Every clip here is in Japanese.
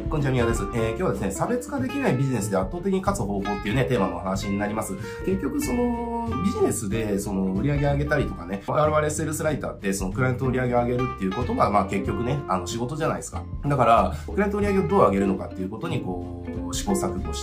こんにちは、みやです。今日はですね、差別化できないビジネスで圧倒的に勝つ方法っていうね、テーマのお話になります。結局、ビジネスで、売り上げ上げたりとかね、我々セールスライターって、クライアントの売り上げを上げるっていうことが、結局ね、仕事じゃないですか。だから、クライアントの売り上げをどう上げるのかっていうことに、試行錯誤して、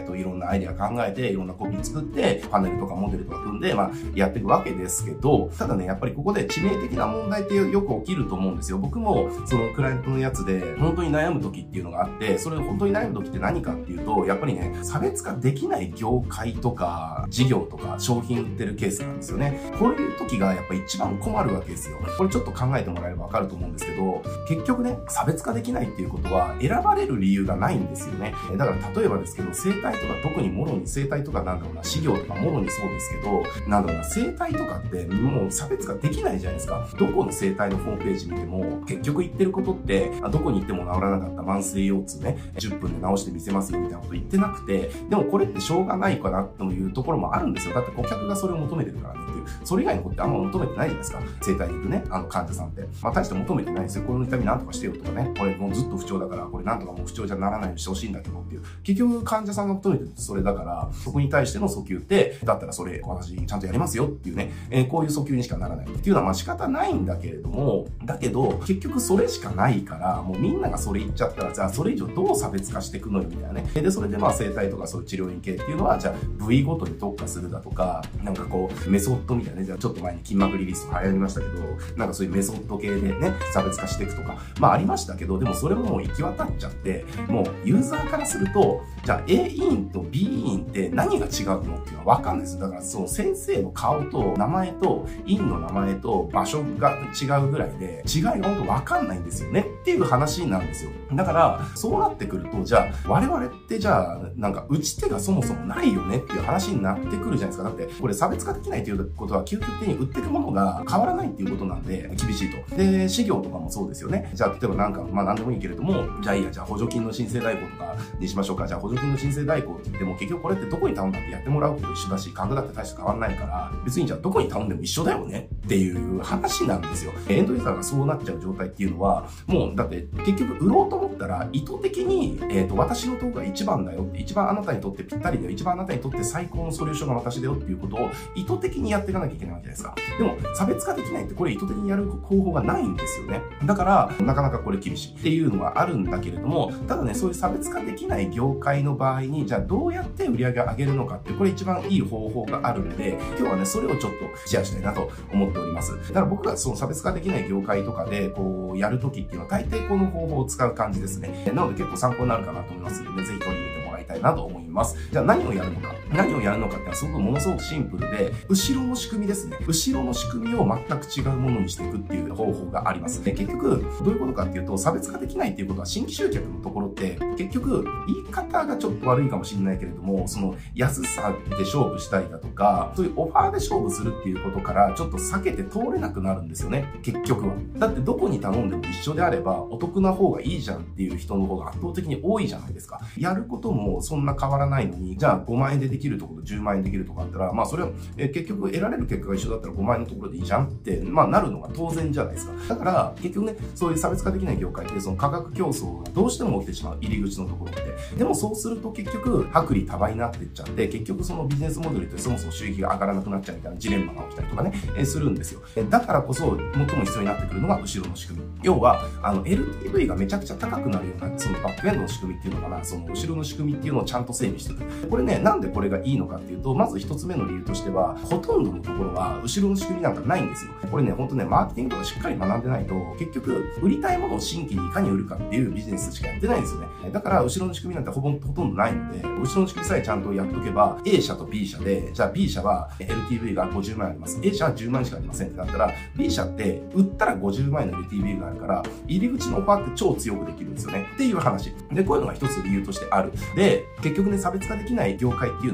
いろんなアイデア考えて、いろんなコピー作って、パネルとかモデルとか組んで、やっていくわけですけど、ただね、やっぱりここで致命的な問題ってよく起きると思うんですよ。僕も、クライアントのやつで、本当に悩む時っていうのがあって、それ本当に悩む時って何かっていうと、やっぱりね、差別化できない業界とか、事業とか、商品売ってるケースなんですよね。こういう時がやっぱ一番困るわけですよ。これちょっと考えてもらえればわかると思うんですけど、結局ね、差別化できないっていうことは、選ばれる理由がないんですよね。だから例えばですけど、生態とか特にもろに生態とか事業とかもろにそうですけど、生態とかってもう差別化できないじゃないですか。どこの生態のホームページ見ても、結局言ってることって、どこに行っても治らなかった慢性腰痛ね、10分で治してみせますよみたいなこと言ってなくて、でもこれってしょうがないかなというところもあるんですよ。だって顧客がそれを求めてるからねっていう。それ以外のことってあんま求めてないじゃないですか。生態に行くね、患者さんって。大して求めてないんですよ。この痛みなんとかしてよとかね。これもうずっと不調だから、これなんとかもう不調じゃならないようにしてほしいんだけどっていう。結局患者さんが求めてるってそれだから、そこに対しての訴求って、だったらそれ私ちゃんとやりますよっていうね、こういう訴求にしかならないっていうのは仕方ないんだけれども、だけど結局それしかないから、もうみんながそれ言っちゃったら、じゃあそれ以上どう差別化していくのよみたいなね。で、それで生態とかそういう治療院系っていうのは、じゃあ部位ごとに特化するだとか、メソッドみたいなね、じゃあちょっと前に筋膜リリースとか流行りましたけど、そういうメソッド系でね、差別化していくとか、ありましたけど、でもそれももう行き渡っちゃって、もうユーザーからすると、じゃあ A 委員と B 委員って何が違うのっていうのは分かんないです。だから先生の顔と名前と院の名前と場所が違うぐらいで、違いが本当分かんないんですよねっていう話なんですよ。だから、そうなってくると、じゃあ我々ってじゃあ打ち手がそもそもないよねっていう話になってくるじゃないですか。だってこれ差別化できないということは究極的に売っていくものが変わらないっていうことなんで厳しいと。で、事業とかもそうですよね。じゃあ例えば何でもいいけれども、じゃあ補助金の申請代行とかにしましょうか。じゃあ補助金の申請代行って言っても結局これってどこに頼んだってやってもらうこと一緒だし、価格だって大して変わんないから、別にじゃあどこに頼んでも一緒だよねっていう話なんですよ。エンドユーザーがそうなっちゃう状態っていうのは、もうだって結局売ろうと思ったら意図的に、私のとこが一番だよって、一番あなたにとってぴったりだよ、一番あなたにとって最高のソリューションが私だよっていうことを意図的にやっていかなきゃいけないわけじゃないですか。でも差別化できないってこれ意図的にやる方法がないんですよね。だからなかなかこれ厳しいっていうのがあるんだけれども、ただね、そういう差別化できない業界の場合に、じゃあどうやって売り上げを上げるのかって、これ一番いい方法があるんで、今日はね、それをちょっとシェアしたいなと思っております。だから僕が差別化できない業界とかでやるときっていうのは大抵この方法を使う感じですね。なので結構参考になるかなと思いますので、ぜひ取り入れてもらいたいなと思います。じゃあ何をやるのかっていうのはものすごくシンプルで、後ろの仕組みですね。後ろの仕組みを全く違うものにしていくっていう方法があります。で、結局、どういうことかっていうと、差別化できないっていうことは新規集客のところって、結局、言い方がちょっと悪いかもしれないけれども、安さで勝負したいだとか、そういうオファーで勝負するっていうことから、ちょっと避けて通れなくなるんですよね。結局は。だってどこに頼んでも一緒であれば、お得な方がいいじゃんっていう人の方が圧倒的に多いじゃないですか。やることもそんな変わらないのに、じゃあ5万円でできるところと10万円できるとかあったら、それは結局得られる結果が一緒だったら5万円のところでいいじゃんって、なるのが当然じゃないですか。だから、結局ね、そういう差別化できない業界って価格競争がどうしても起きてしまう。入り口のところって。でもそうすると結局、薄利多売になっていっちゃって、結局そのビジネスモデルってそもそも収益が上がらなくなっちゃうみたいなジレンマが起きたりとかね、するんですよ。だからこそ、最も必要になってくるのが後ろの仕組み。要は、LTV がめちゃくちゃ高くなるような、バックエンドの仕組みっていうのかな、後ろの仕組みっていうのをちゃんと整備していく。これね、なんでこれがいいのかっていうと、まず一つ目の理由としては、ほとんどのところは後ろの仕組みなんかないんですよ。これね、ほんとね、マーケティングとかしっかり学んでないと、結局、売りたいものを新規にいかに売るかっていうビジネスしかやってないんですよね。だから、後ろの仕組みなんてほとんどないので、後ろの仕組みさえちゃんとやっとけば、A 社と B 社で、じゃあ B 社は LTV が50万あります。A 社は10万しかありませんってなったら、B 社って売ったら50万円の LTV があるから、入り口のオファーって超強くできるんですよね。っていう話。で、こういうのが一つ理由としてある。で、結局ね、差別化できない業界っていうの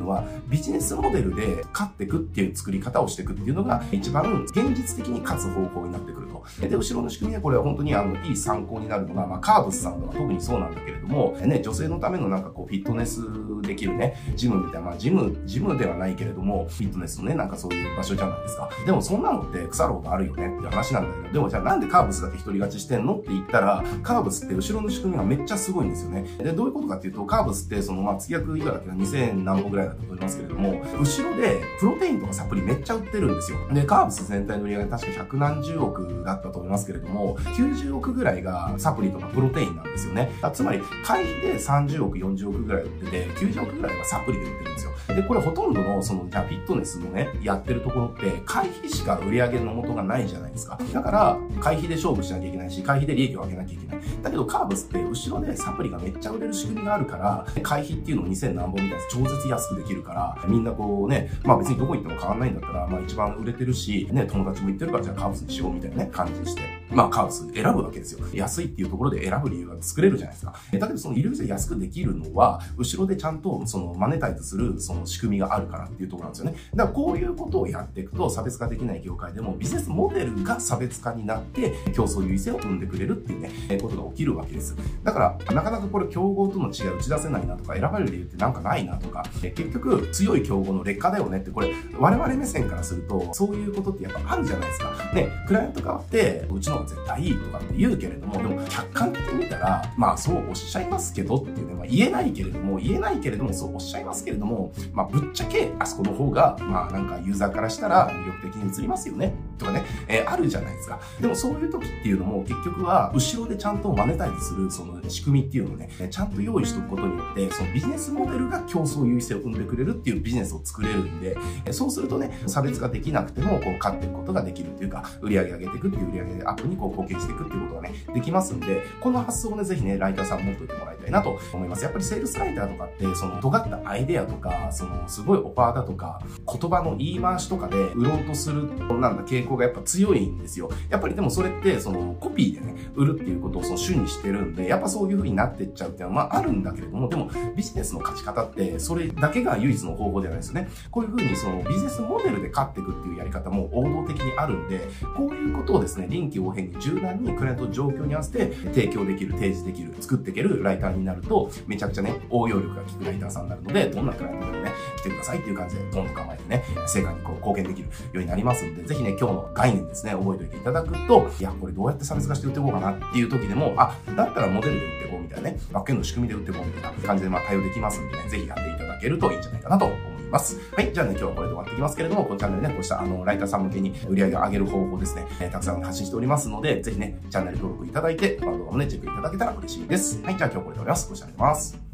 のは、ビジネスモデルで勝っていくっていう作り方をしていくっていうのが、一番現実的に勝つ方法になってくると。で、後ろの仕組みはこれは本当にいい参考になるのが、カーブスさんとか特にそうなんだけれども、ね、女性のためのなんかこう、フィットネスできるね、ジムみたいな、ジムではないけれども、フィットネスのね、なんかそういう場所じゃないですか。でもそんなのって腐るほどあるよねっていう話なんだけど、でもじゃあなんでカーブスだけ一人勝ちしてんのって言ったら、カーブスって後ろの仕組みがめっちゃすごいんですよね。で、どういうことかっていうと、カーブスって月額いくらだっけな、2000何本ぐらいだと思いますけれども、後ろでプロテインとかサプリめっちゃ売ってるんですよ。で、カーブス全体の売り上げ確か百何十億だったと思いますけれども、90億ぐらいがサプリとかプロテインなんですよね。つまり、会費で30億、40億ぐらい売ってて、90億ぐらいはサプリで売ってるんですよ。で、これほとんどのじゃあフィットネスのね、やってるところって、会費しか売り上げの元がないじゃないですか。だから、会費で勝負しなきゃいけないし、会費で利益を上げなきゃいけない。だけど、カーブスって後ろでサプリがめっちゃ売れる仕組みがあるから、会費っていうのを2000何本みたいな超絶安くできるから、みんなこうね、別にどこ行っても変わんないんだったら、一番売れてるし、ね、友達も言ってるから、じゃあカーブスにしようみたいなね、感じにして。カーブス選ぶわけですよ。安いっていうところで選ぶ理由が作れるじゃないですか。だけどそのイリュージョン安くできるのは、後ろでちゃんとそのマネタイズするその仕組みがあるからっていうところなんですよね。だからこういうことをやっていくと差別化できない業界でもビジネスモデルが差別化になって競争優位性を生んでくれるっていうね、ことが起きるわけです。だからなかなかこれ競合との違いを打ち出せないなとか選ばれる理由ってなんかないなとか、結局強い競合の劣化だよねってこれ我々目線からするとそういうことってやっぱあるじゃないですか。ね、クライアント側ってうちの方が絶対いいとかって言うけれども、でも客観的に見たらそうおっしゃいますけどっていうね、言えないけれどもそうおっしゃいますけれども、ぶっちゃけあそこの方がなんかユーザーからしたら魅力的に映りますよねとかね、あるじゃないですか。でもそういう時っていうのも結局は後ろでちゃんとマネタイズするその仕組みっていうのをね、ちゃんと用意しておくことによってそのビジネスモデルが競争優位性を生んでくれるっていうビジネスを作れるんで、そうするとね、差別化できなくてもこう勝っていくことができるっていうか、売り上げ上げていくっていう売り上げアップにこう貢献していくっていうことがね、できますんで、この発想をね、ぜひね、ライターさん持っておいてもらいたいなと思います。やっぱりセールスライターとかって、その尖ったアイデアとか、そのすごいオファーだとか、言葉の言い回しとかで売ろうとする、傾向がやっぱ強いんですよ。やっぱりでもそれって、そのコピーでね、売るっていうことをその主にしてるんで、やっぱそういう風になっていっちゃうっていうのはあるんだけれども、でもビジネスの勝ち方って、それだけが唯一の方法じゃないですよね。こういう風にそのビジネスモデルで勝っていくっていうやり方も王道的にあるんで、こういうことをですね、臨機応変に柔軟にクライアントの状況に合わせて提供できる、提示できる、作っていけるライターになると、めちゃくちゃね、応用力が効くライターさんになるので、どんなクライアントでもね、来てくださいっていう感じで、ドンと構えてね、成果にこう貢献できるようになりますんで、ぜひね、今日の概念ですね、覚えておいていただくと、いや、これどうやって差別化して売っていこうかなっていう時でも、だったらモデルで売っていこうみたいなね、バックエンドの仕組みで売っていこうみたいな感じで対応できますんでね、ぜひやっていただけるといいんじゃないかなと思います。はい。じゃあね、今日はこれで終わっていきますけれども、このチャンネルね、こうしたライターさん向けに売り上げを上げる方法ですね、たくさん発信しておりますので、ぜひね、チャンネル登録いただいて、動画もね、チェックいただけたら嬉しいです。はい。じゃあ今日はこれで終わります。ご視聴ありがとうございます。